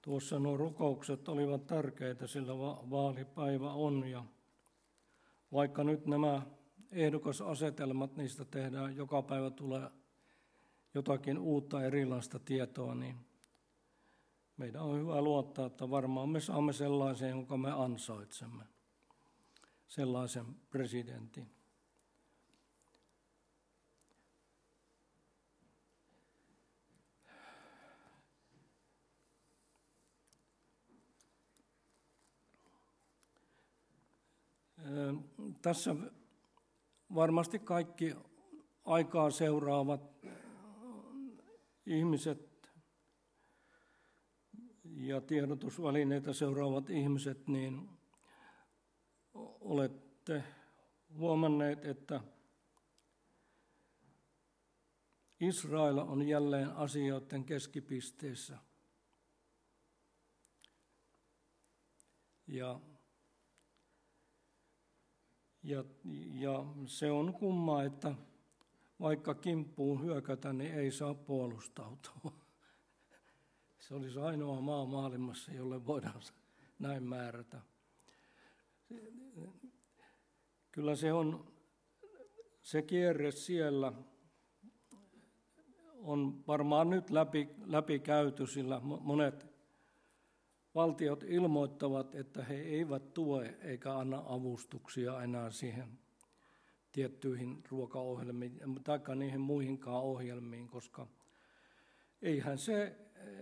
Tuossa nuo rukoukset olivat tärkeitä, sillä vaalipäivä on. Ja vaikka nyt nämä ehdokasasetelmat, niistä tehdään, joka päivä tulee jotakin uutta erilaista tietoa, niin meidän on hyvä luottaa, että varmaan me saamme sellaisen, jonka me ansaitsemme, sellaisen presidentin. Tässä varmasti kaikki aikaa seuraavat ihmiset ja tiedotusvälineitä seuraavat ihmiset, niin olette huomanneet, että Israel on jälleen asioiden keskipisteessä. Ja se on kumma, että vaikka kimppuun hyökätä, niin ei saa puolustautua. Se olisi ainoa maa maailmassa, jolle voidaan näin määrätä. Kyllä se kierre siellä on varmaan nyt läpi käyty, sillä monet valtiot ilmoittavat, että he eivät tue eikä anna avustuksia enää siihen tiettyihin ruokaohjelmiin tai niihin muihinkaan ohjelmiin, koska eihän se,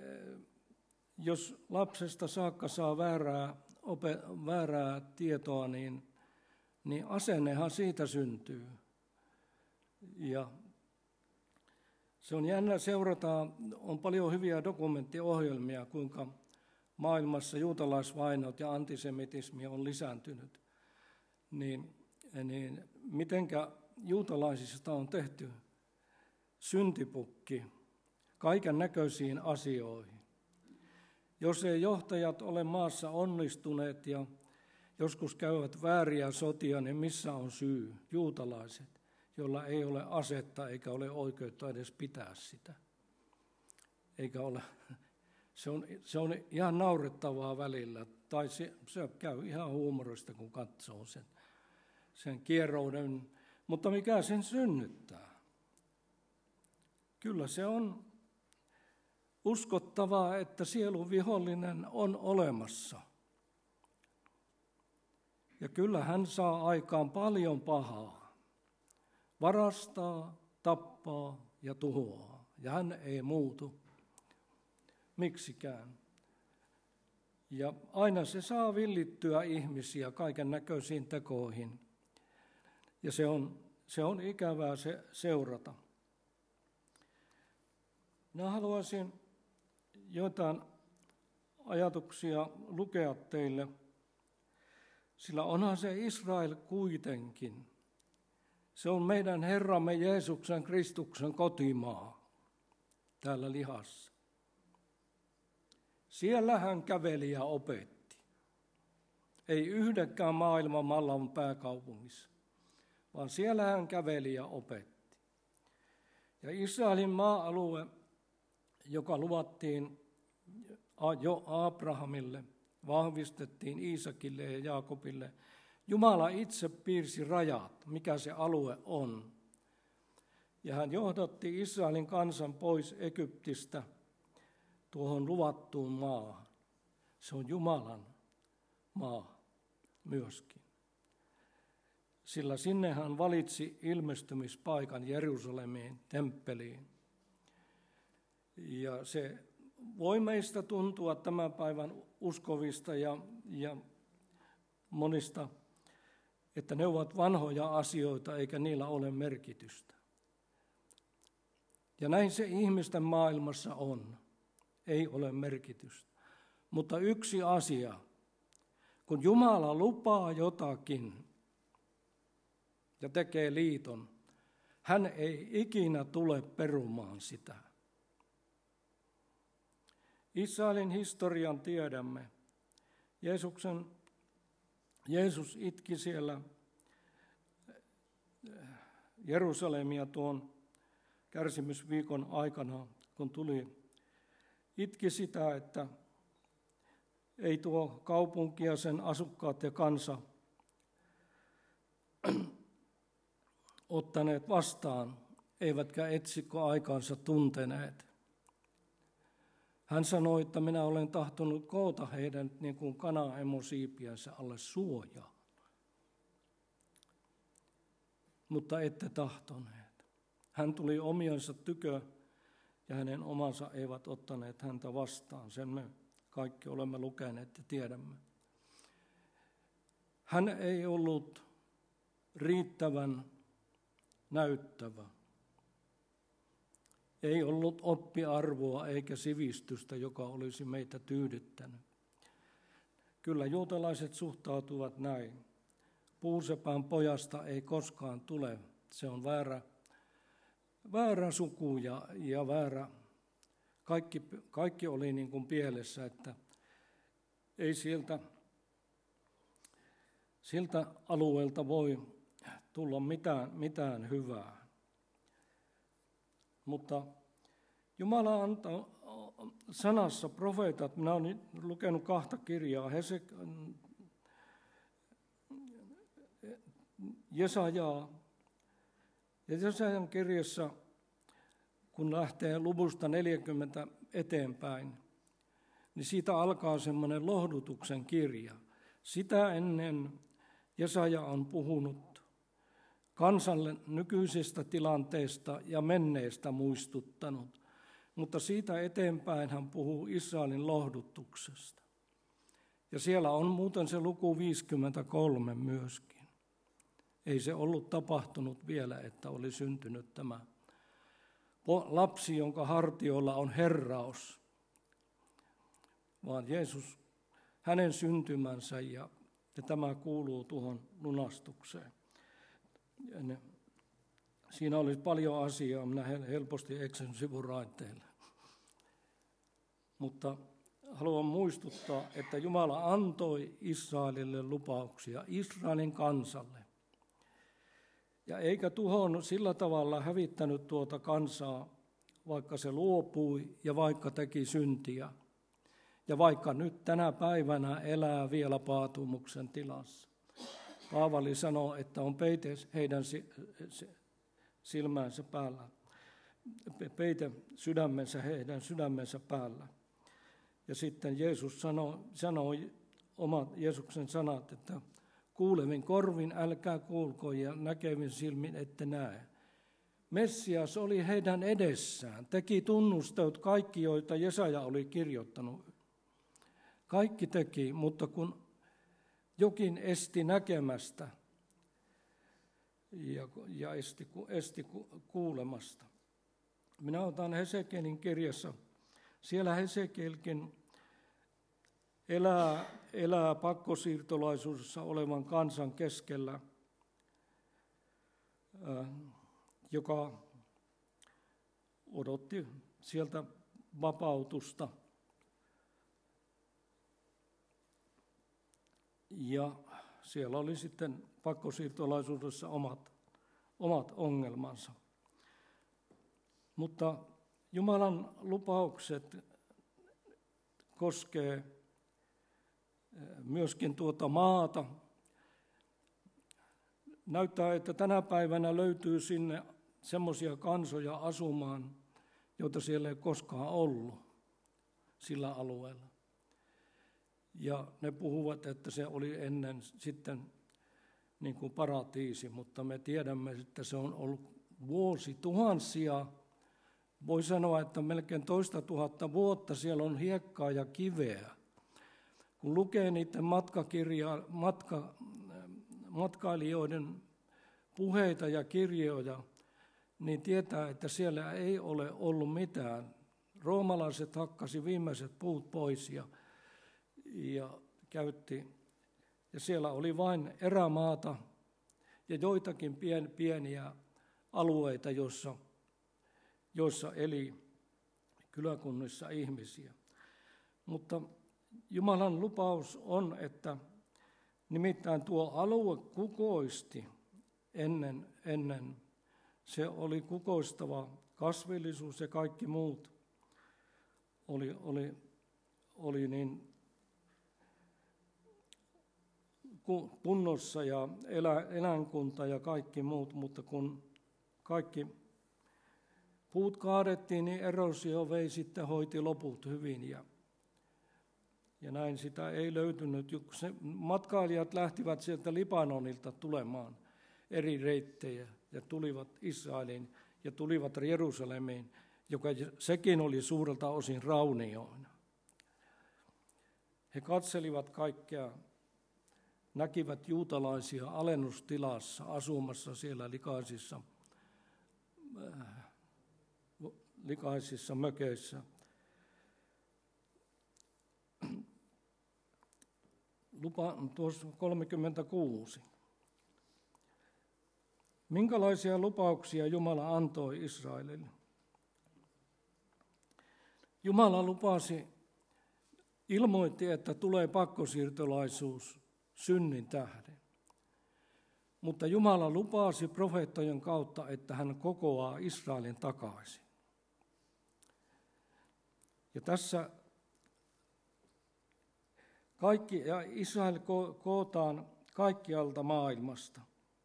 jos lapsesta saakka saa väärää tietoa, niin asennehan siitä syntyy. Ja se on jännä seurata, on paljon hyviä dokumenttiohjelmia, kuinka maailmassa juutalaisvainot ja antisemitismi on lisääntynyt, niin mitenkä juutalaisista on tehty syntipukki kaiken näköisiin asioihin. Jos ei johtajat ole maassa onnistuneet ja joskus käyvät vääriä sotia, niin missä on syy? Juutalaiset, joilla ei ole asetta eikä ole oikeutta edes pitää sitä. Eikä ole. Se on ihan naurettavaa välillä, tai se käy ihan huumorista, kun katsoo sen kierouden. Mutta mikä sen synnyttää? Kyllä se on uskottavaa, että sielun vihollinen on olemassa. Ja kyllä hän saa aikaan paljon pahaa. Varastaa, tappaa ja tuhoaa. Ja hän ei muutu miksikään. Ja aina se saa villittyä ihmisiä kaiken näköisiin tekoihin. Ja se on ikävää se seurata. Minä haluaisin joitain ajatuksia lukea teille, sillä onhan se Israel kuitenkin. Se on meidän Herramme Jeesuksen Kristuksen kotimaa täällä lihassa. Siellä hän käveli ja opetti. Ei yhdenkään maailman mallan pääkaupungissa, vaan siellä hän käveli ja opetti. Ja Israelin maa-alue, joka luvattiin jo Abrahamille, vahvistettiin Iisakille ja Jaakobille. Jumala itse piirsi rajat, mikä se alue on. Ja hän johdatti Israelin kansan pois Egyptistä tuohon luvattuun maahan. Se on Jumalan maa myöskin. Sillä sinne hän valitsi ilmestymispaikan Jerusalemiin, temppeliin. Ja se voi meistä tuntua tämän päivän uskovista ja monista, että ne ovat vanhoja asioita eikä niillä ole merkitystä. Ja näin se ihmisten maailmassa on. Ei ole merkitystä. Mutta yksi asia, kun Jumala lupaa jotakin ja tekee liiton, hän ei ikinä tule perumaan sitä. Israelin historian tiedämme. Jeesus itki siellä Jerusalemia tuon kärsimysviikon aikana, kun tuli. Itki sitä, että ei tuo kaupunki ja sen asukkaat ja kansa ottaneet vastaan, eivätkä etsikkoaikaansa tunteneet. Hän sanoi, että minä olen tahtonut koota heidät niin kuin kana emosiipiänsä alle suojaa. Mutta ette tahtoneet. Hän tuli omiensa tykö ja hänen omansa eivät ottaneet häntä vastaan. Sen me kaikki olemme lukeneet ja tiedämme. Hän ei ollut riittävän näyttävä. Ei ollut oppiarvoa eikä sivistystä, joka olisi meitä tyydyttänyt. Kyllä juutalaiset suhtautuvat näin. Puusepän pojasta ei koskaan tule. Se on väärä suku ja väärä. Kaikki oli niin kuin pielessä, että ei siltä alueelta voi tulla mitään hyvää. Mutta Jumala antaa sanassa profeetat, minä olen lukenut 2 kirjaa, Jesajaa. Ja Jesajan kirjassa, kun lähtee luvusta 40 eteenpäin, niin siitä alkaa semmoinen lohdutuksen kirja. Sitä ennen Jesaja on puhunut kansalle nykyisestä tilanteesta ja menneestä muistuttanut, mutta siitä eteenpäin hän puhuu Israelin lohdutuksesta. Ja siellä on muuten se luku 53 myöskin. Ei se ollut tapahtunut vielä, että oli syntynyt tämä lapsi, jonka hartioilla on herraus, vaan Jeesus, hänen syntymänsä ja tämä kuuluu tuohon lunastukseen. Siinä olisi paljon asiaa, minä helposti eksyn sivuraiteille. Mutta haluan muistuttaa, että Jumala antoi Israelille lupauksia, Israelin kansalle. Ja eikä tuhonnut sillä tavalla hävittänyt tuota kansaa, vaikka se luopui ja vaikka teki syntiä. Ja vaikka nyt tänä päivänä elää vielä paatumuksen tilassa. Paavali sanoo, että on peite heidän silmänsä päällä, peite sydämensä heidän sydämensä päällä. Ja sitten Jeesus sanoi omat Jeesuksen sanat, että kuulevin korvin älkää kuulko ja näkevin silmin ette näe. Messias oli heidän edessään, teki tunnustelut kaikki, joita Jesaja oli kirjoittanut. Kaikki teki, mutta kun jokin esti näkemästä ja esti kuulemasta. Minä otan Hesekielin kirjassa. Siellä Hesekielkin elää pakkosiirtolaisuudessa olevan kansan keskellä, joka odotti sieltä vapautusta. Ja siellä oli sitten pakkosiirtolaisuudessa omat ongelmansa. Mutta Jumalan lupaukset koskee myöskin tuota maata. Näyttää, että tänä päivänä löytyy sinne semmoisia kansoja asumaan, joita siellä ei koskaan ollut sillä alueella. Ja ne puhuvat, että se oli ennen sitten niin kuin paratiisi, mutta me tiedämme, että se on ollut vuosituhansia. Voi sanoa, että melkein 2000 vuotta siellä on hiekkaa ja kiveä. Kun lukee niiden matkailijoiden puheita ja kirjoja, niin tietää, että siellä ei ole ollut mitään. Roomalaiset hakkasi viimeiset puut pois ja käytti. Ja siellä oli vain erämaata ja joitakin pieniä alueita, joissa eli kyläkunnissa ihmisiä. Mutta Jumalan lupaus on, että nimittäin tuo alue kukoisti ennen. Se oli kukoistava kasvillisuus ja kaikki muut oli niin kunnossa ja eläinkunta ja kaikki muut, mutta kun kaikki puut kaadettiin, niin erosio vei sitten hoiti loput hyvin ja näin sitä ei löytynyt. Matkailijat lähtivät sieltä Libanonilta tulemaan eri reittejä ja tulivat Israeliin ja tulivat Jerusalemiin, joka sekin oli suurelta osin raunioina. He katselivat kaikkea, näkivät juutalaisia alennustilassa asumassa siellä likaisissa mökeissä. Tuossa 36. Minkälaisia lupauksia Jumala antoi Israelille? Jumala ilmoitti, että tulee pakkosiirtolaisuus synnin tähden. Mutta Jumala lupasi profeettojen kautta, että hän kokoaa Israelin takaisin. Ja tässä Israel kootaan kaikkialta maailmasta.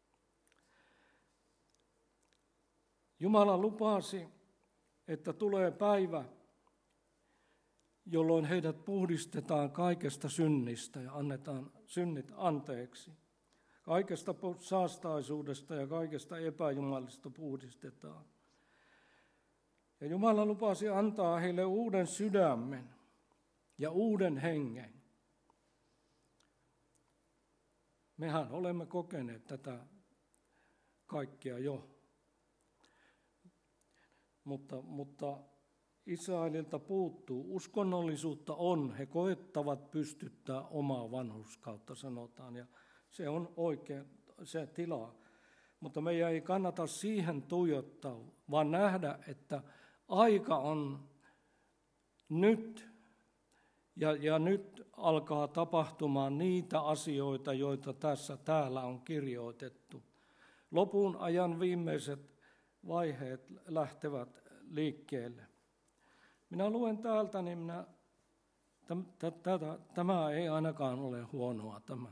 Jumala lupasi, että tulee päivä, jolloin heidät puhdistetaan kaikesta synnistä ja annetaan synnit anteeksi. Kaikesta saastaisuudesta ja kaikesta epäjumalista puhdistetaan. Ja Jumala lupasi antaa heille uuden sydämen ja uuden hengen. Mehän olemme kokeneet tätä kaikkea jo. Mutta Israelilta puuttuu. Uskonnollisuutta on. He koettavat pystyttää omaa vanhurskautta, sanotaan. Ja se on oikein se tila. Mutta meidän ei kannata siihen tuijottaa, vaan nähdä, että aika on nyt. Ja nyt alkaa tapahtumaan niitä asioita, joita täällä on kirjoitettu. Lopun ajan viimeiset vaiheet lähtevät liikkeelle. Minä luen täältä, niin tämä ei ainakaan ole huonoa tämä.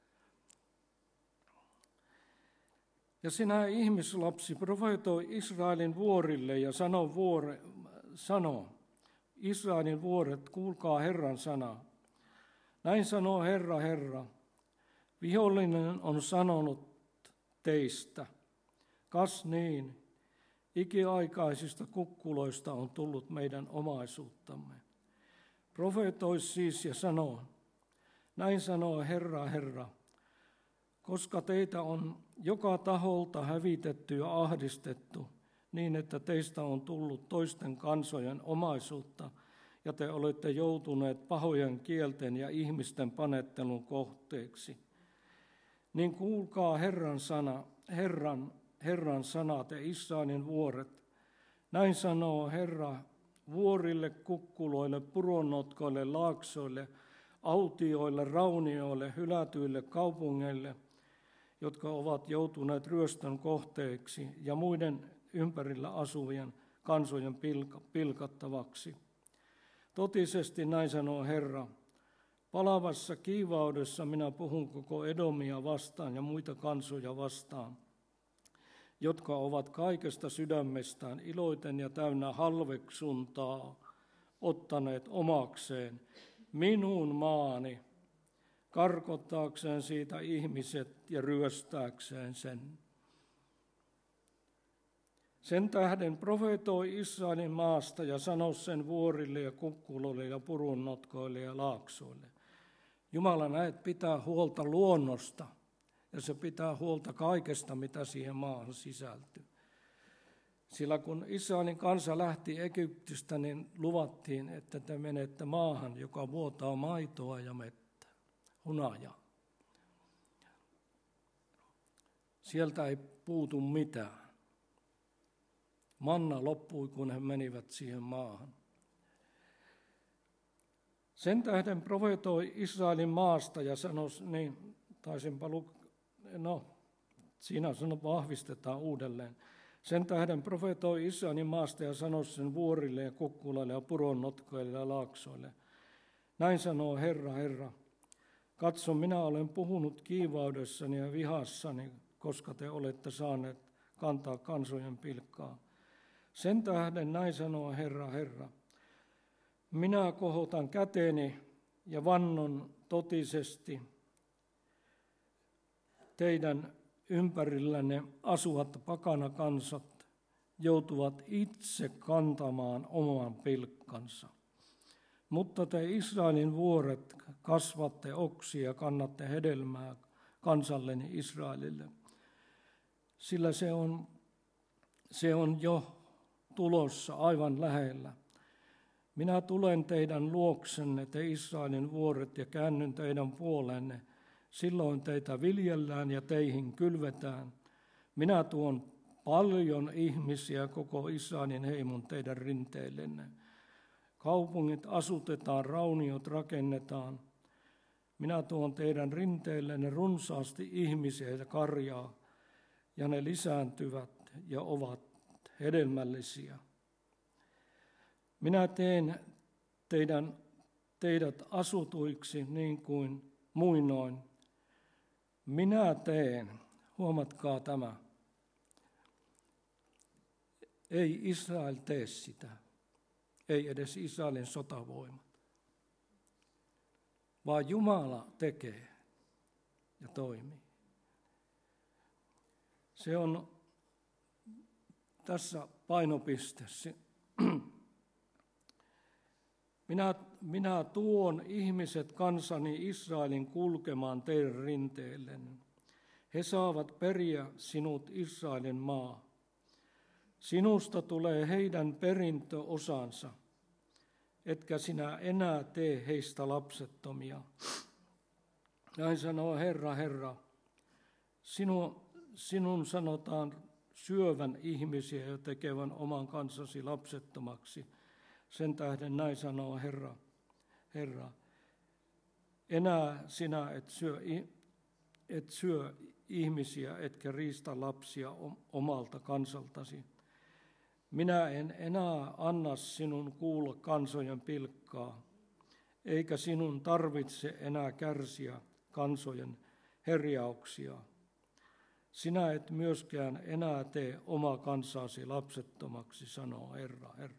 Ja sinä ihmislapsi profeetoi Israelin vuorille ja sano, Israelin vuoret, kuulkaa Herran sanaa. Näin sanoo Herra, Herra, vihollinen on sanonut teistä, kas niin, ikiaikaisista kukkuloista on tullut meidän omaisuuttamme. Profeetoi siis ja sanoo, näin sanoo Herra, Herra, koska teitä on joka taholta hävitetty ja ahdistettu, niin että teistä on tullut toisten kansojen omaisuutta, ja te olette joutuneet pahojen kielten ja ihmisten panettelun kohteeksi. Niin kuulkaa Herran sana, te Israelin vuoret. Näin sanoo Herra vuorille, kukkuloille, puronnotkoille, laaksoille, autioille, raunioille, hylätyille kaupungeille, jotka ovat joutuneet ryöstön kohteeksi ja muiden ympärillä asuvien kansojen pilkattavaksi. Totisesti näin sanoo Herra, palavassa kiivaudessa minä puhun koko Edomia vastaan ja muita kansoja vastaan, jotka ovat kaikesta sydämestään iloiten ja täynnä halveksuntaa ottaneet omakseen minun maani, karkottaakseen siitä ihmiset ja ryöstääkseen sen. Sen tähden profeetoi Israelin maasta ja sano sen vuorille ja kukkuloille ja purunnotkoille ja laaksoille. Jumala näet pitää huolta luonnosta ja se pitää huolta kaikesta, mitä siihen maahan sisältyy. Sillä kun Israelin kansa lähti Egyptistä, niin luvattiin, että te menette maahan, joka vuotaa maitoa ja mettä, hunajaa. Sieltä ei puutu mitään. Manna loppui, kun he menivät siihen maahan. Sen tähden profeetoi Israelin maasta ja sanoi, niin taisinpa siinä vahvistetaan uudelleen. Sen tähden profeetoi Israelin maasta ja sanoi sen vuorille ja kukkuloille ja puronnotkoille ja laaksoille. Näin sanoo Herra, Herra, Katso, minä olen puhunut kiivaudessani ja vihassani, koska te olette saaneet kantaa kansojen pilkkaa. Sen tähden näin sanoo Herra, Herra. Minä kohotan käteni ja vannon totisesti teidän ympärillänne asuvat pakanakansat joutuvat itse kantamaan oman pilkkansa. Mutta te Israelin vuoret kasvatte oksia ja kannatte hedelmää kansalleni Israelille. Sillä se on jo tulossa aivan lähellä. Minä tulen teidän luoksenne, te Israelin vuoret, ja käännyn teidän puoleenne. Silloin teitä viljellään ja teihin kylvetään. Minä tuon paljon ihmisiä koko Israelin heimon teidän rinteillenne. Kaupungit asutetaan, rauniot rakennetaan. Minä tuon teidän rinteillenne runsaasti ihmisiä ja karjaa, ja ne lisääntyvät ja ovat hedelmällisiä. Minä teen teidät asutuiksi niin kuin muinoin. Minä teen, huomatkaa tämä, ei Israel tee sitä, ei edes Israelin sotavoimat, vaan Jumala tekee ja toimii. Se on tässä painopiste. Minä tuon ihmiset kansani Israelin kulkemaan teidän rinteillenne. He saavat periä sinut Israelin maa. Sinusta tulee heidän perintöosansa, etkä sinä enää tee heistä lapsettomia. Näin sanoo Herra, Herra. Sinun sanotaan syövän ihmisiä ja tekevän oman kansasi lapsettomaksi. Sen tähden näin sanoo Herra, Herra. Enää sinä et syö ihmisiä, etkä riista lapsia omalta kansaltasi. Minä en enää anna sinun kuulla kansojen pilkkaa, eikä sinun tarvitse enää kärsiä kansojen herjauksia. Sinä et myöskään enää tee oma kansaasi lapsettomaksi, sanoo Herra, Herra.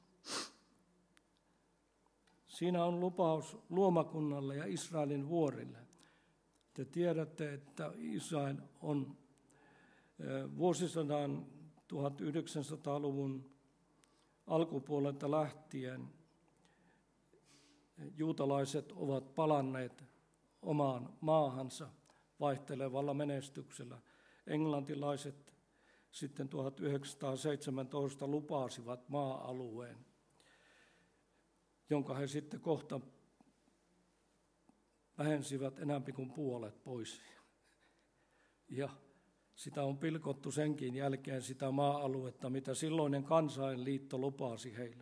Siinä on lupaus luomakunnalle ja Israelin vuorille. Te tiedätte, että Israel on vuosisadan 1900-luvun alkupuolelta lähtien juutalaiset ovat palanneet omaan maahansa vaihtelevalla menestyksellä. Englantilaiset sitten 1917 lupasivat maa-alueen, jonka he sitten kohta vähensivät enemmän kuin puolet pois. Ja sitä on pilkottu senkin jälkeen sitä maa-aluetta, mitä silloinen kansainliitto lupasi heille.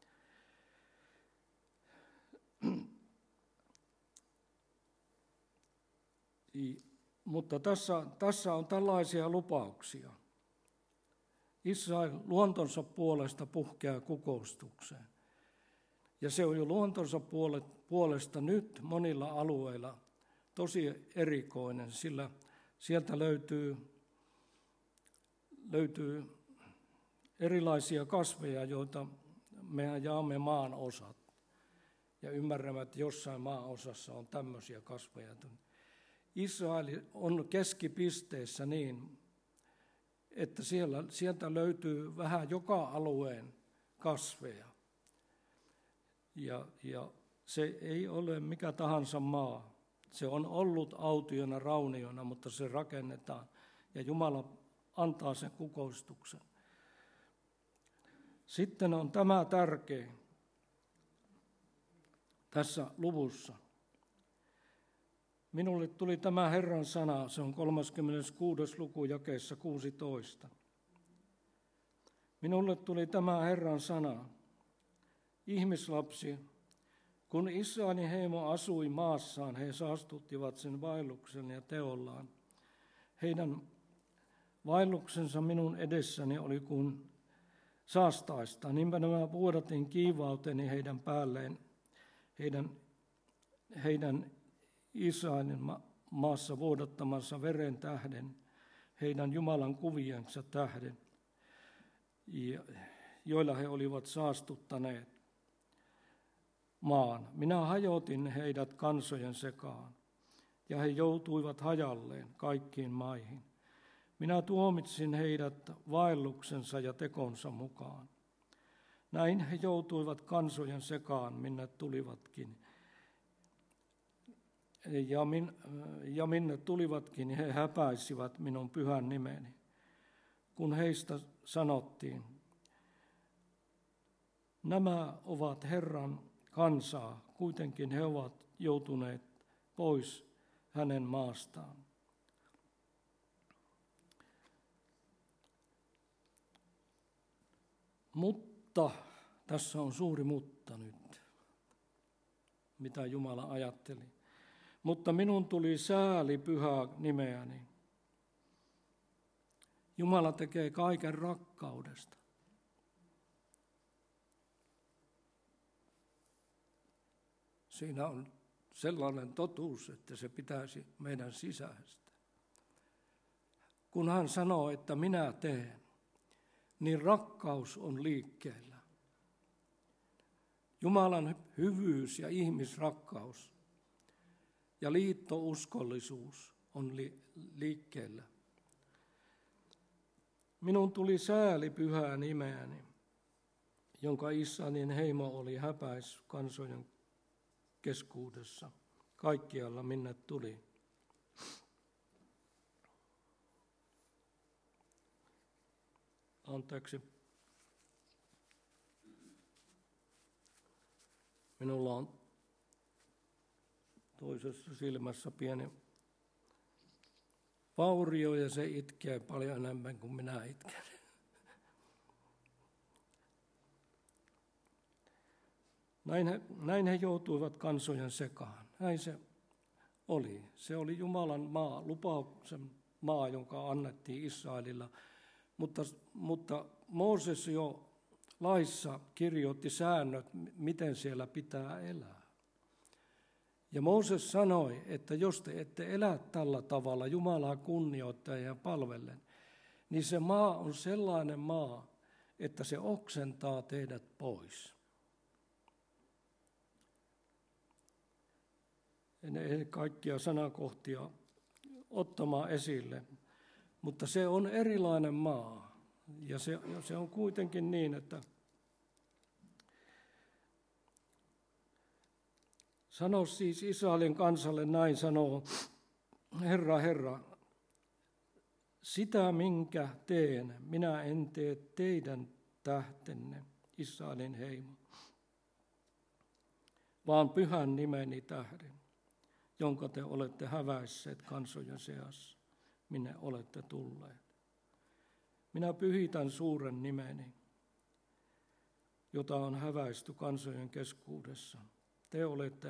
Mutta tässä on tällaisia lupauksia. Israel luontonsa puolesta puhkeaa kukoistukseen. Ja se on jo luontonsa puolesta nyt monilla alueilla tosi erikoinen, sillä sieltä löytyy erilaisia kasveja, joita me jaamme maan osat. Ja ymmärrämme, että jossain maan osassa on tämmöisiä kasveja. Israel on keskipisteessä niin, että sieltä löytyy vähän joka alueen kasveja. Ja se ei ole mikä tahansa maa. Se on ollut autiona, rauniona, mutta se rakennetaan. Ja Jumala antaa sen kukoistuksen. Sitten on tämä tärkeä tässä luvussa. Minulle tuli tämä Herran sana, se on 36. luku jakeessa 16. Minulle tuli tämä Herran sana, ihmislapsi, kun Israelin heimo asui maassaan, he saastuttivat sen vaelluksen ja teollaan. Heidän vaelluksensa minun edessäni oli kuin saastaista, niinpä nämä vuodatin kiivauteni heidän päälleen, heidän Israelin maassa vuodattamansa veren tähden, heidän Jumalan kuviensa tähden, joilla he olivat saastuttaneet maan. Minä hajotin heidät kansojen sekaan, ja he joutuivat hajalleen kaikkiin maihin. Minä tuomitsin heidät vaelluksensa ja tekonsa mukaan. Näin he joutuivat kansojen sekaan, minne tulivatkin. Ja minne tulivatkin, he häpäisivät minun pyhän nimeni. Kun heistä sanottiin, nämä ovat Herran kansaa, kuitenkin he ovat joutuneet pois hänen maastaan. Mutta, tässä on suuri mutta nyt, mitä Jumala ajatteli. Mutta minun tuli sääli pyhää nimeäni. Jumala tekee kaiken rakkaudesta. Siinä on sellainen totuus, että se pitäisi meidän sisäistä. Kun hän sanoo, että minä teen, niin rakkaus on liikkeellä. Jumalan hyvyys ja ihmisrakkaus ja liittouskollisuus on liikkeellä. Minun tuli sääli pyhää nimeäni, jonka Israelin heimo oli häpäis kansojen keskuudessa, kaikkialla minne tuli. Anteeksi. Minulla on toisessa silmässä pieni vaurio ja se itkee paljon enemmän kuin minä itken. Näin he joutuivat kansojen sekaan. Näin se oli. Se oli Jumalan maa, lupauksen maa, jonka annettiin Israelilla. Mutta Mooses jo laissa kirjoitti säännöt, miten siellä pitää elää. Ja Mooses sanoi, että jos te ette elä tällä tavalla Jumalaa kunnioittaen ja palvellen, niin se maa on sellainen maa, että se oksentaa teidät pois. En ehdi kaikkia sanakohtia ottamaan esille, mutta se on erilainen maa. Ja se on kuitenkin niin, että sano siis Israelin kansalle näin, sanoo Herra, Herra, sitä minkä teen, minä en tee teidän tähtenne, Israelin heimo, vaan pyhän nimeni tähden, jonka te olette häväisseet kansojen seassa, minne olette tulleet. Minä pyhitän suuren nimeni, jota on häväisty kansojen keskuudessa. Te olette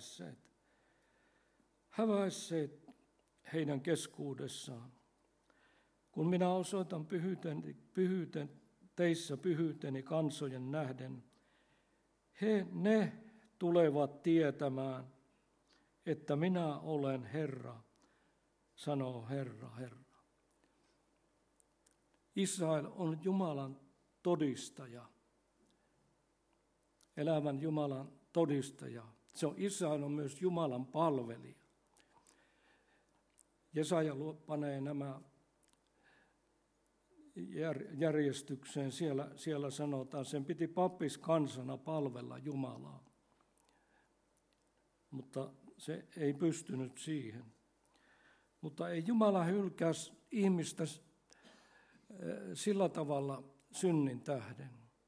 häväisseet heidän keskuudessaan. Kun minä osoitan teissä pyhyyteni kansojen nähden, ne tulevat tietämään, että minä olen Herra, sanoo Herra, Herra. Israel on Jumalan todistaja, elävän Jumalan todistaja. Israel on myös Jumalan palvelija. Jesaja panee nämä järjestykseen. Siellä sanotaan, sen piti pappiskansana palvella Jumalaa. Mutta se ei pystynyt siihen. Mutta ei Jumala hylkää ihmistä sillä tavalla synnin tähden.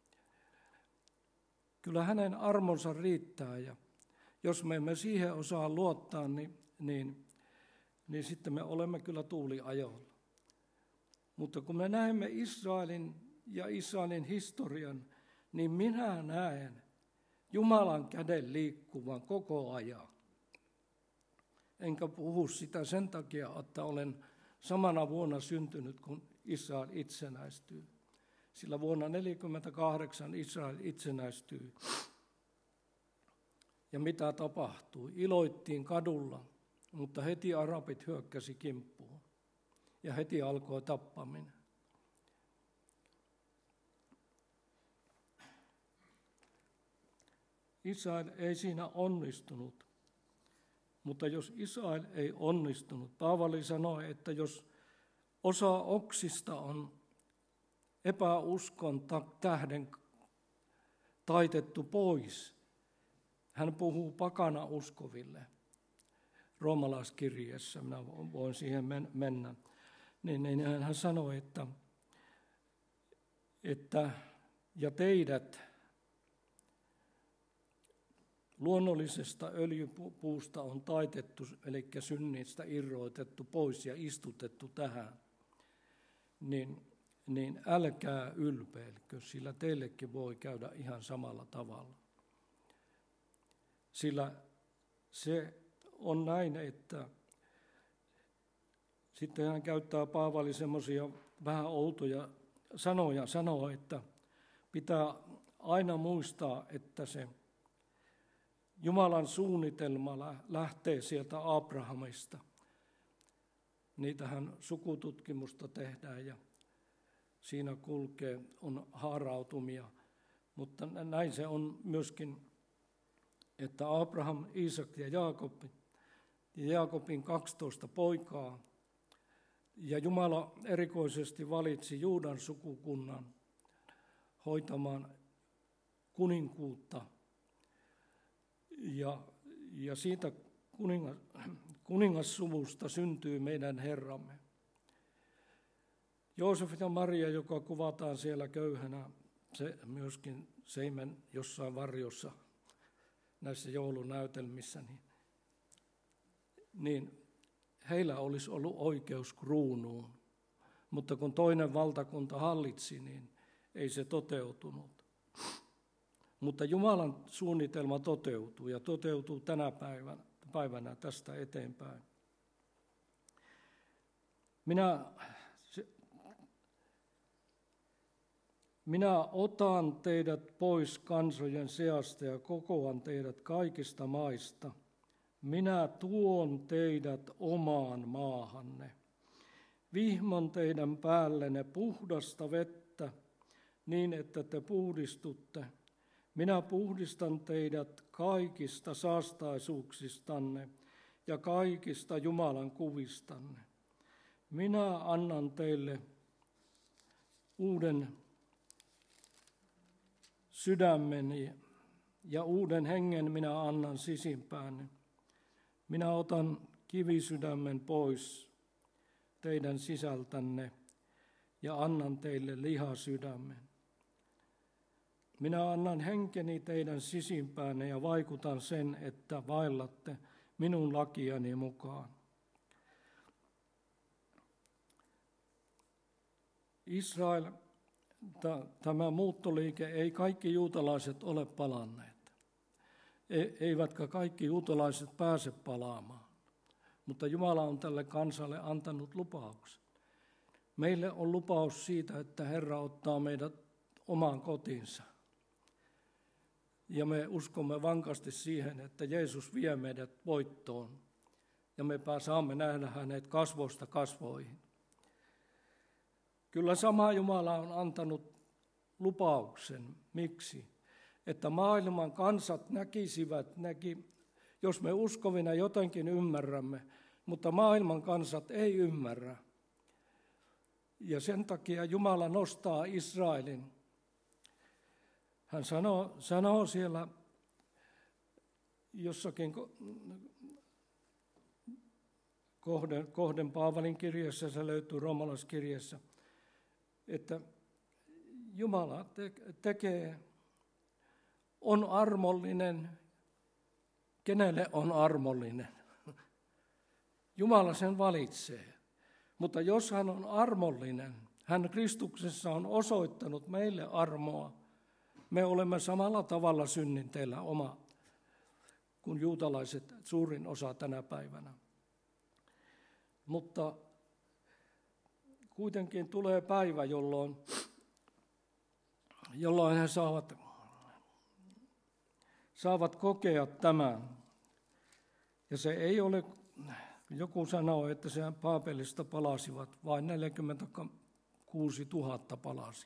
Kyllä hänen armonsa riittää, ja jos me emme siihen osaa luottaa, niin sitten me olemme kyllä tuuliajolla. Mutta kun me näemme Israelin ja Israelin historian, niin minä näen Jumalan käden liikkuvan koko ajan. Enkä puhu sitä sen takia, että olen samana vuonna syntynyt, kun Israel itsenäistyy. Sillä vuonna 1948 Israel itsenäistyi. Ja mitä tapahtui? Iloittiin kadulla mutta heti arabit hyökkäsi kimppuun ja heti alkoi tappaminen. Israel ei siinä onnistunut, mutta jos Israel ei onnistunut, Paavali sanoi, että jos osa oksista on epäuskon tähden taitettu pois, hän puhuu pakana uskoville. Roomalaiskirjeessä, minä voin siihen mennä, niin hän sanoi, että ja teidät luonnollisesta öljypuusta on taitettu, eli synnistä irrotettu pois ja istutettu tähän, niin älkää ylpeilkö, sillä teillekin voi käydä ihan samalla tavalla. Sillä se on näin, että sitten hän käyttää Paavali semmoisia vähän outoja sanoja, sanoo, että pitää aina muistaa, että se Jumalan suunnitelma lähtee sieltä Abrahamista. Niitähän sukututkimusta tehdään ja siinä kulkee, on haarautumia, mutta näin se on myöskin, että Abraham, Iisak ja Jaakobin 12 poikaa, ja Jumala erikoisesti valitsi Juudan sukukunnan hoitamaan kuninkuutta, ja siitä kuningassuvusta syntyy meidän Herramme. Joosef ja Maria, joka kuvataan siellä köyhänä, se myöskin seimen jossain varjossa näissä joulunäytelmissä, niin heillä olisi ollut oikeus kruunuun, mutta kun toinen valtakunta hallitsi, niin ei se toteutunut. Mutta Jumalan suunnitelma toteutuu ja toteutuu tänä päivänä tästä eteenpäin. Minä otan teidät pois kansojen seasta ja kokoan teidät kaikista maista. Minä tuon teidät omaan maahanne. Vihmon teidän päällenne puhdasta vettä niin, että te puhdistutte. Minä puhdistan teidät kaikista saastaisuuksistanne ja kaikista Jumalan kuvistanne. Minä annan teille uuden sydämeni ja uuden hengen minä annan sisimpäänne. Minä otan kivisydämen pois teidän sisältänne ja annan teille lihasydämen. Minä annan henkeni teidän sisimpäänne ja vaikutan sen, että vaellatte minun lakiani mukaan. Israel, tämä muuttoliike, ei kaikki juutalaiset ole palanneet. Eivätkä kaikki juutalaiset pääse palaamaan. Mutta Jumala on tälle kansalle antanut lupauksen. Meille on lupaus siitä, että Herra ottaa meidät omaan kotiinsa. Ja me uskomme vankasti siihen, että Jeesus vie meidät voittoon. Ja me saamme nähdä hänet kasvoista kasvoihin. Kyllä sama Jumala on antanut lupauksen. Miksi? Että maailman kansat näkisivät, jos me uskovina jotenkin ymmärrämme, mutta maailman kansat ei ymmärrä. Ja sen takia Jumala nostaa Israelin. Hän sanoo siellä jossakin kohden Paavalin kirjassa, se löytyy Roomalaiskirjassa, että Jumala on armollinen, kenelle on armollinen. Jumala sen valitsee, mutta jos hän on armollinen, hän Kristuksessa on osoittanut meille armoa, me olemme samalla tavalla synninteillä oma kuin juutalaiset suurin osa tänä päivänä. Mutta kuitenkin tulee päivä, jolloin he saavat kokea tämän. Ja se ei ole joku sanoo, että se Baabelista palasivat, vain 46 000 palasi.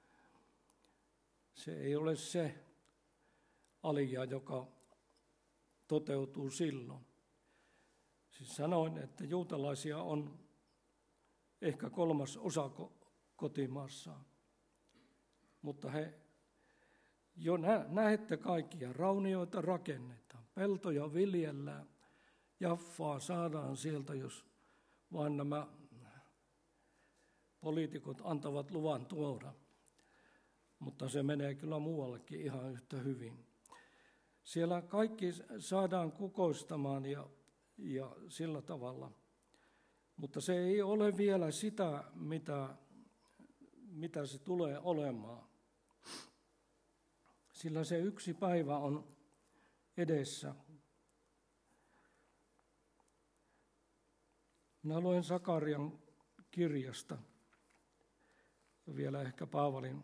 Se ei ole se alia, joka toteutuu silloin. Siis sanoin, että juutalaisia on ehkä 1/3 kotimaassaan. Mutta he jo näette kaikkia, raunioita rakennetaan, peltoja viljellään, jaffaa saadaan sieltä, jos vain nämä poliitikot antavat luvan tuoda. Mutta se menee kyllä muuallekin ihan yhtä hyvin. Siellä kaikki saadaan kukoistamaan ja sillä tavalla. Mutta se ei ole vielä sitä, mitä se tulee olemaan. Sillä se yksi päivä on edessä. Minä luen Sakarian kirjasta ja vielä ehkä Paavalin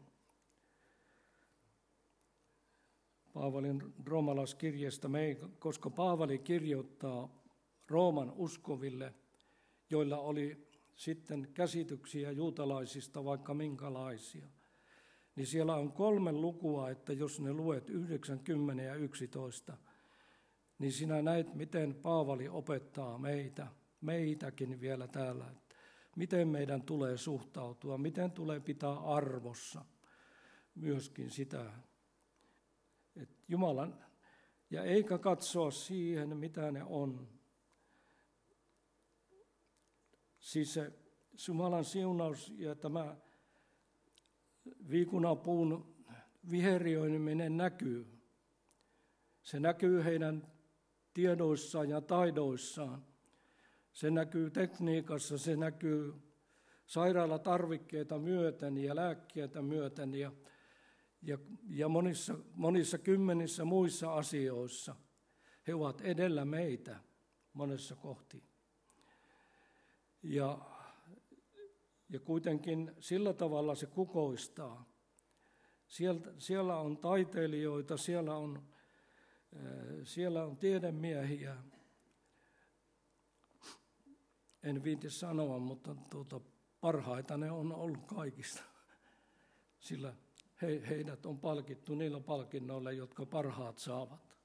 roomalaiskirjeestä, koska Paavali kirjoittaa Rooman uskoville, joilla oli sitten käsityksiä juutalaisista vaikka minkälaisia. Niin siellä on 3 lukua, että jos ne luet 9, 10 ja 11, niin sinä näet, miten Paavali opettaa meitäkin vielä täällä, että miten meidän tulee suhtautua, miten tulee pitää arvossa myöskin sitä, että Jumalan, ja eikä katsoa siihen, mitä ne on. Siis se Jumalan siunaus ja tämä viikunapuun viherioiminen näkyy. Se näkyy heidän tiedoissaan ja taidoissaan. Se näkyy tekniikassa, se näkyy sairaalatarvikkeita myöten ja lääkkeitä myöten ja monissa kymmenissä muissa asioissa. He ovat edellä meitä monessa kohti. Ja kuitenkin sillä tavalla se kukoistaa. Siellä on taiteilijoita, siellä on tiedemiehiä. En viitsi sanoa, mutta parhaita ne on ollut kaikista. Sillä heidät on palkittu niillä palkinnoilla, jotka parhaat saavat.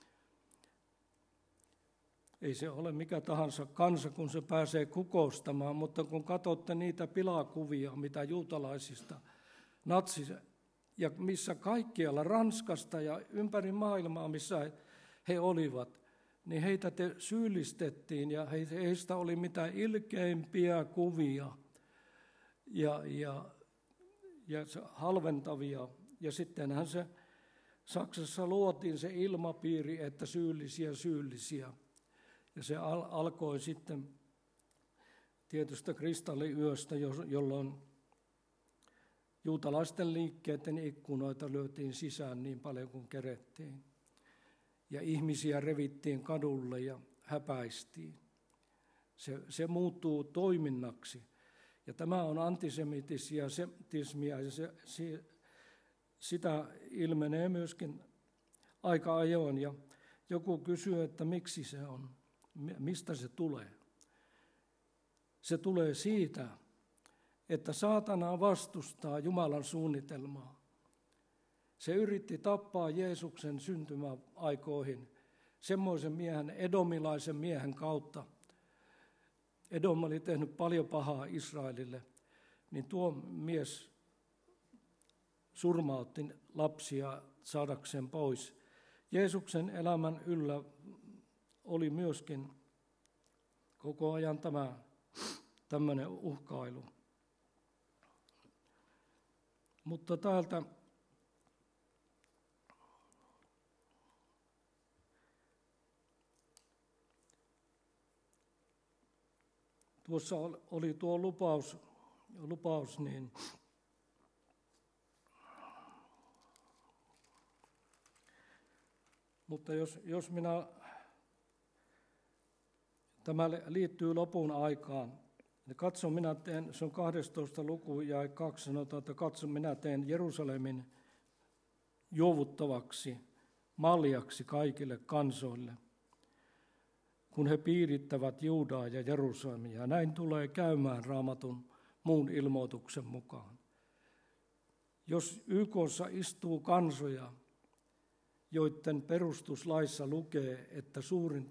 Ei se ole mikä tahansa kansa, kun se pääsee kukoistamaan, mutta kun katsotte niitä pilakuvia, mitä juutalaisista, ja missä kaikkialla Ranskasta ja ympäri maailmaa, missä he olivat, niin heitä syyllistettiin ja heistä oli mitä ilkeimpiä kuvia ja halventavia. Ja sittenhän se Saksassa luotiin se ilmapiiri, että syyllisiä. Ja se alkoi sitten tietystä kristalliyöstä, jolloin juutalaisten liikkeiden ikkunoita lyötiin sisään niin paljon kuin kerettiin. Ja ihmisiä revittiin kadulle ja häpäistiin. Se muuttuu toiminnaksi. Ja tämä on antisemitismia ja sitä ilmenee myöskin aika ajoin. Ja joku kysyy, että miksi se on, mistä se tulee. Se tulee siitä, että saatana vastustaa Jumalan suunnitelmaa. Se yritti tappaa Jeesuksen syntymäaikoihin semmoisen miehen, edomilaisen miehen kautta. Edom oli tehnyt paljon pahaa Israelille, niin tuo mies surmautti lapsia saadakseen pois. Jeesuksen elämän yllä oli myöskin koko ajan tämmöinen uhkailu. Mutta täältä tuossa oli tuo lupaus niin mutta jos tämä liittyy lopun aikaan, niin katso minä teen, se on 12. luku ja 2 sanotaan, että katso minä teen Jerusalemin juovuttavaksi maljaksi kaikille kansoille, kun he piirittävät Juudaa ja Jerusalemia. Näin tulee käymään Raamatun muun ilmoituksen mukaan. Jos YK:ssa istuu kansoja, joiden perustuslaissa lukee, että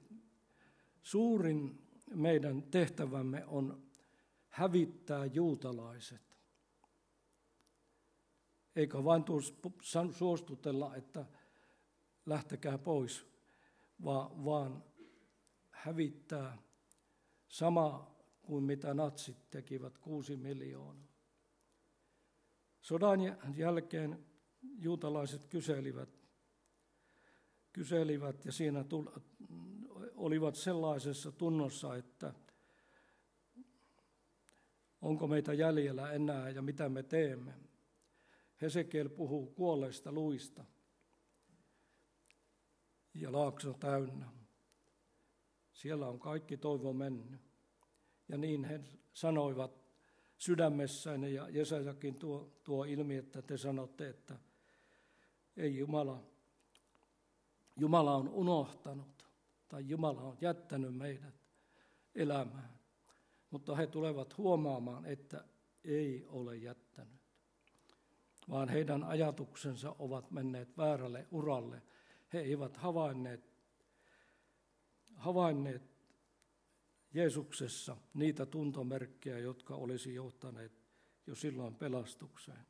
suurin meidän tehtävämme on hävittää juutalaiset, eikä vain suostutella, että lähtekää pois, vaan hävittää sama kuin mitä natsit tekivät 6 miljoonaa. Sodan jälkeen juutalaiset kyselivät ja siinä olivat sellaisessa tunnossa, että onko meitä jäljellä enää ja mitä me teemme. Hesekiel puhuu kuolleista luista ja laakso täynnä. Siellä on kaikki toivo mennyt. Ja niin he sanoivat sydämessään, ja Jesajakin tuo ilmi, että te sanotte, että ei Jumala on unohtanut tai Jumala on jättänyt meidät elämään. Mutta he tulevat huomaamaan, että ei ole jättänyt, vaan heidän ajatuksensa ovat menneet väärälle uralle. He eivät havainneet Jeesuksessa niitä tuntomerkkejä, jotka olisi johtaneet jo silloin pelastukseen.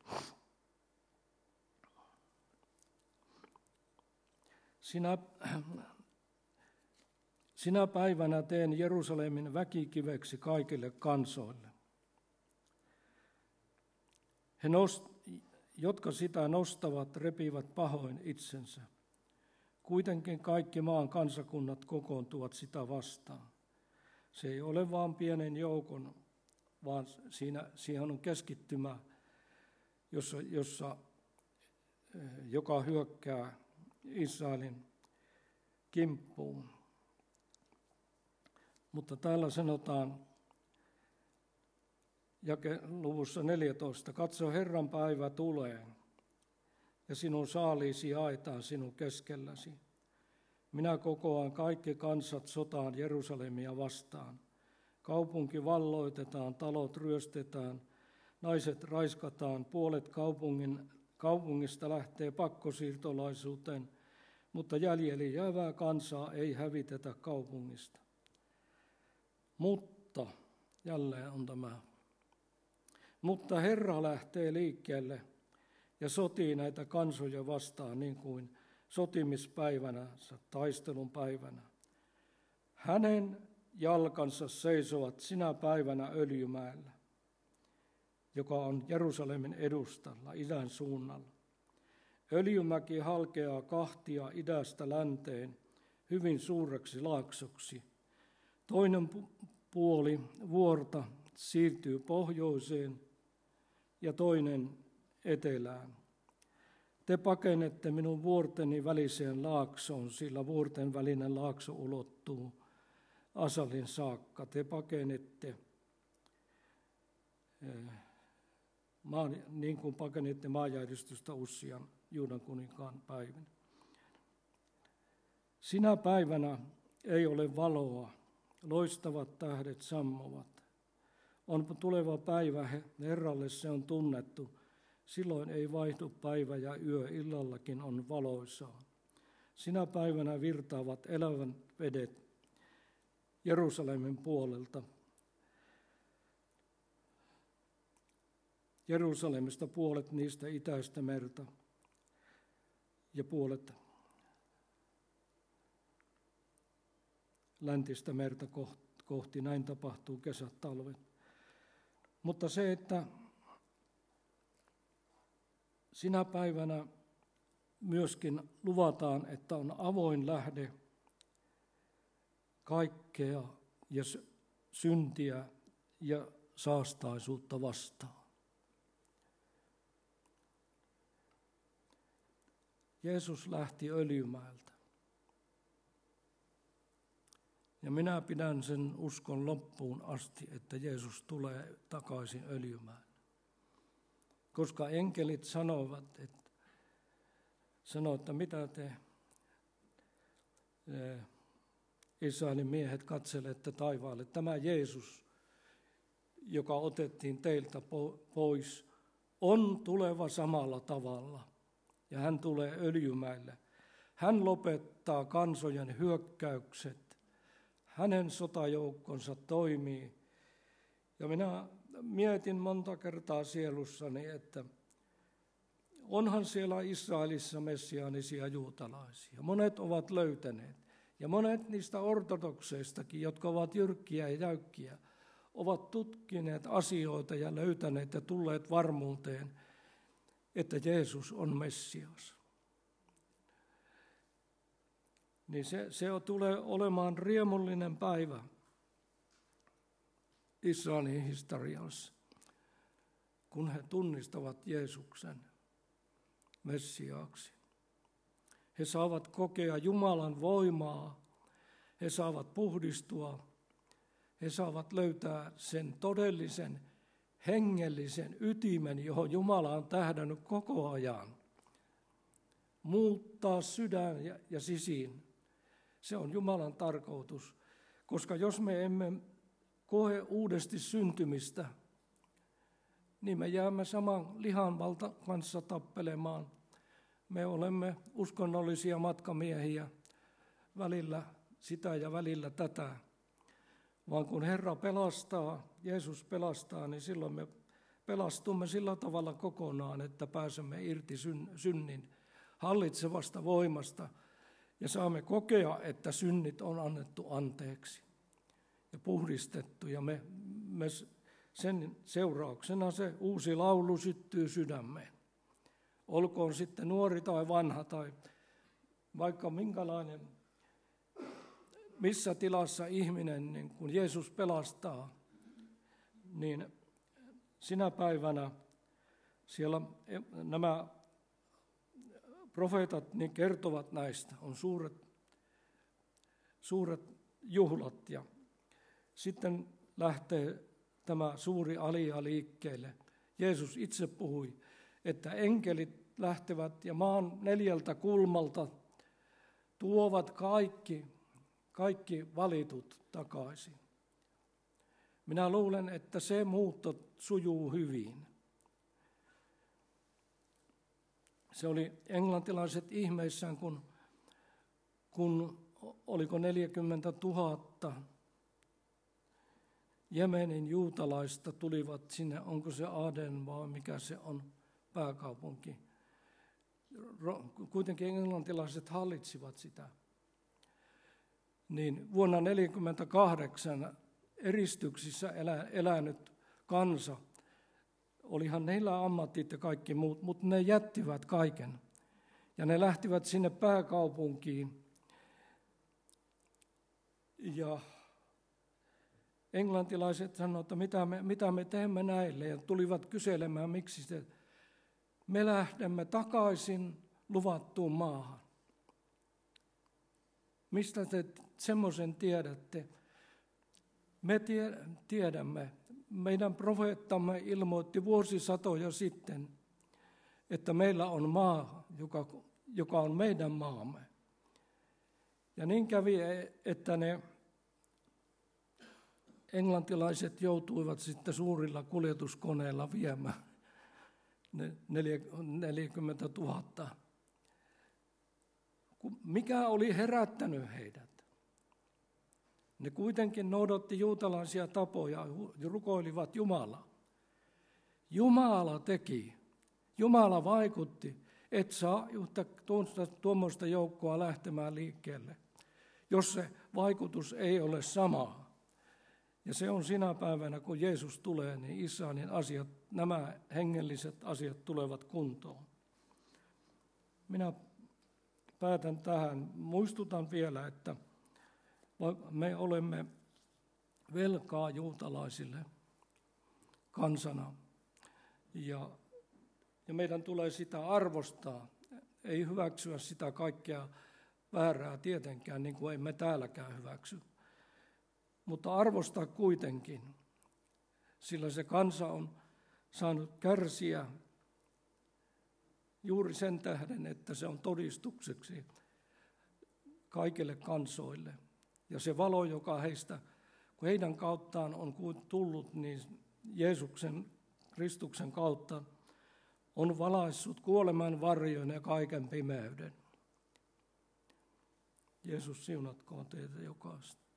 Sinä päivänä teen Jerusalemin väkikiveksi kaikille kansoille. He, jotka sitä nostavat, repivät pahoin itsensä. Kuitenkin kaikki maan kansakunnat kokoontuvat sitä vastaan. Se ei ole vain pienen joukon, vaan siihen on keskittymä, joka hyökkää Israelin kimppuun. Mutta täällä sanotaan luvussa 14, katso Herran päivä tulee ja sinun saaliisi jaetaan sinun keskelläsi. Minä kokoan kaikki kansat sotaan Jerusalemia vastaan. Kaupunki valloitetaan, talot ryöstetään, naiset raiskataan, puolet kaupungista lähtee pakkosiirtolaisuuteen, mutta jäljelle jäävää kansaa ei hävitetä kaupungista. Mutta, jälleen on tämä, mutta Herra lähtee liikkeelle ja sotii näitä kansoja vastaan niin kuin sotimispäivänä, taistelun päivänä. Hänen jalkansa seisovat sinä päivänä Öljymäellä, joka on Jerusalemin edustalla, idän suunnalla. Öljymäki halkeaa kahtia idästä länteen hyvin suureksi laaksoksi. Toinen puoli vuorta siirtyy pohjoiseen ja toinen etelään. Te pakenette minun vuorteni väliseen laaksoon, sillä vuorten välinen laakso ulottuu Asalin saakka. Te pakenette, niin kuin pakenitte maanjäristystä Ussian Juudan kuninkaan päivänä. Sinä päivänä ei ole valoa, loistavat tähdet sammuvat. On tuleva päivä, Herralle se on tunnettu. Silloin ei vaihdu päivä ja yö, illallakin on valoisaa. Sinä päivänä virtaavat elävän vedet Jerusalemin puolelta. Jerusalemista puolet niistä itäistä merta ja puolet läntistä merta kohti. Näin tapahtuu kesät, talvet. Mutta se, että sinä päivänä myöskin luvataan, että on avoin lähde kaikkea ja syntiä ja saastaisuutta vastaan. Jeesus lähti Öljymäeltä. Ja minä pidän sen uskon loppuun asti, että Jeesus tulee takaisin Öljymäelle. Koska enkelit sanovat, että mitä te Israelin miehet, katselette taivaalle. Tämä Jeesus, joka otettiin teiltä pois, on tuleva samalla tavalla. Ja hän tulee Öljymäelle. Hän lopettaa kansojen hyökkäykset. Hänen sotajoukkonsa toimii. Ja minä mietin monta kertaa sielussani, että onhan siellä Israelissa messiaanisia juutalaisia. Monet ovat löytäneet. Ja monet niistä ortodokseistakin, jotka ovat jyrkkiä ja jäykkiä, ovat tutkineet asioita ja löytäneet ja tulleet varmuuteen, että Jeesus on Messias. Niin se tulee olemaan riemullinen päivä Israelin historiassa, kun he tunnistavat Jeesuksen Messiaaksi. He saavat kokea Jumalan voimaa, he saavat puhdistua, he saavat löytää sen todellisen hengellisen ytimen, johon Jumala on tähdännyt koko ajan. Muuttaa sydän ja sisiin. Se on Jumalan tarkoitus, koska jos me emme koe uudesti syntymistä, niin me jäämme saman lihan kanssa tappelemaan. Me olemme uskonnollisia matkamiehiä, välillä sitä ja välillä tätä. Vaan kun Herra pelastaa, Jeesus pelastaa, niin silloin me pelastumme sillä tavalla kokonaan, että pääsemme irti synnin hallitsevasta voimasta ja saamme kokea, että synnit on annettu anteeksi ja puhdistettu. Ja me sen seurauksena se uusi laulu syttyy sydämeen. Olkoon sitten nuori tai vanha tai vaikka minkälainen, missä tilassa ihminen, niin kun Jeesus pelastaa, niin sinä päivänä siellä nämä profeetat niin kertovat näistä. On suuret juhlat ja sitten lähtee tämä suuri alia liikkeelle. Jeesus itse puhui, että enkelit lähtevät ja maan 4 kulmalta tuovat kaikki valitut takaisin. Minä luulen, että se muutto sujuu hyvin. Se oli englantilaiset ihmeissään, kun oliko 40 000 Jemenin juutalaista tulivat sinne, onko se Aden vai mikä se on pääkaupunki. Kuitenkin englantilaiset hallitsivat sitä. Niin vuonna 1948 eristyksissä elänyt kansa, olihan heillä ammatit ja kaikki muut, mutta ne jättivät kaiken. Ja ne lähtivät sinne pääkaupunkiin. Ja englantilaiset sanoivat, että mitä me teemme näille, ja tulivat kyselemään, miksi se. Me lähdemme takaisin luvattuun maahan. Mistä te semmoisen tiedätte? Me tiedämme. Meidän profeettamme ilmoitti vuosisatoja sitten, että meillä on maa, joka on meidän maamme. Ja niin kävi, että ne englantilaiset joutuivat sitten suurilla kuljetuskoneilla viemään 40 000. Mikä oli herättänyt heidät? Ne kuitenkin noudatti juutalaisia tapoja ja rukoilivat Jumalaa. Jumala teki, Jumala vaikutti, et saa tuommoista joukkoa lähtemään liikkeelle, jos se vaikutus ei ole samaa. Ja se on sinä päivänä, kun Jeesus tulee, niin Israelin asiat, nämä hengelliset asiat tulevat kuntoon. Minä päätän tähän. Muistutan vielä, että me olemme velkaa juutalaisille kansana ja meidän tulee sitä arvostaa, ei hyväksyä sitä kaikkea väärää tietenkään, niin kuin emme täälläkään hyväksy. Mutta arvostaa kuitenkin, sillä se kansa on saanut kärsiä juuri sen tähden, että se on todistukseksi kaikille kansoille, Ja se valo, joka kun heidän kauttaan on tullut, niin Jeesuksen, Kristuksen kautta on valaissut kuoleman varjon ja kaiken pimeyden. Jeesus siunatkoon teitä jokaista.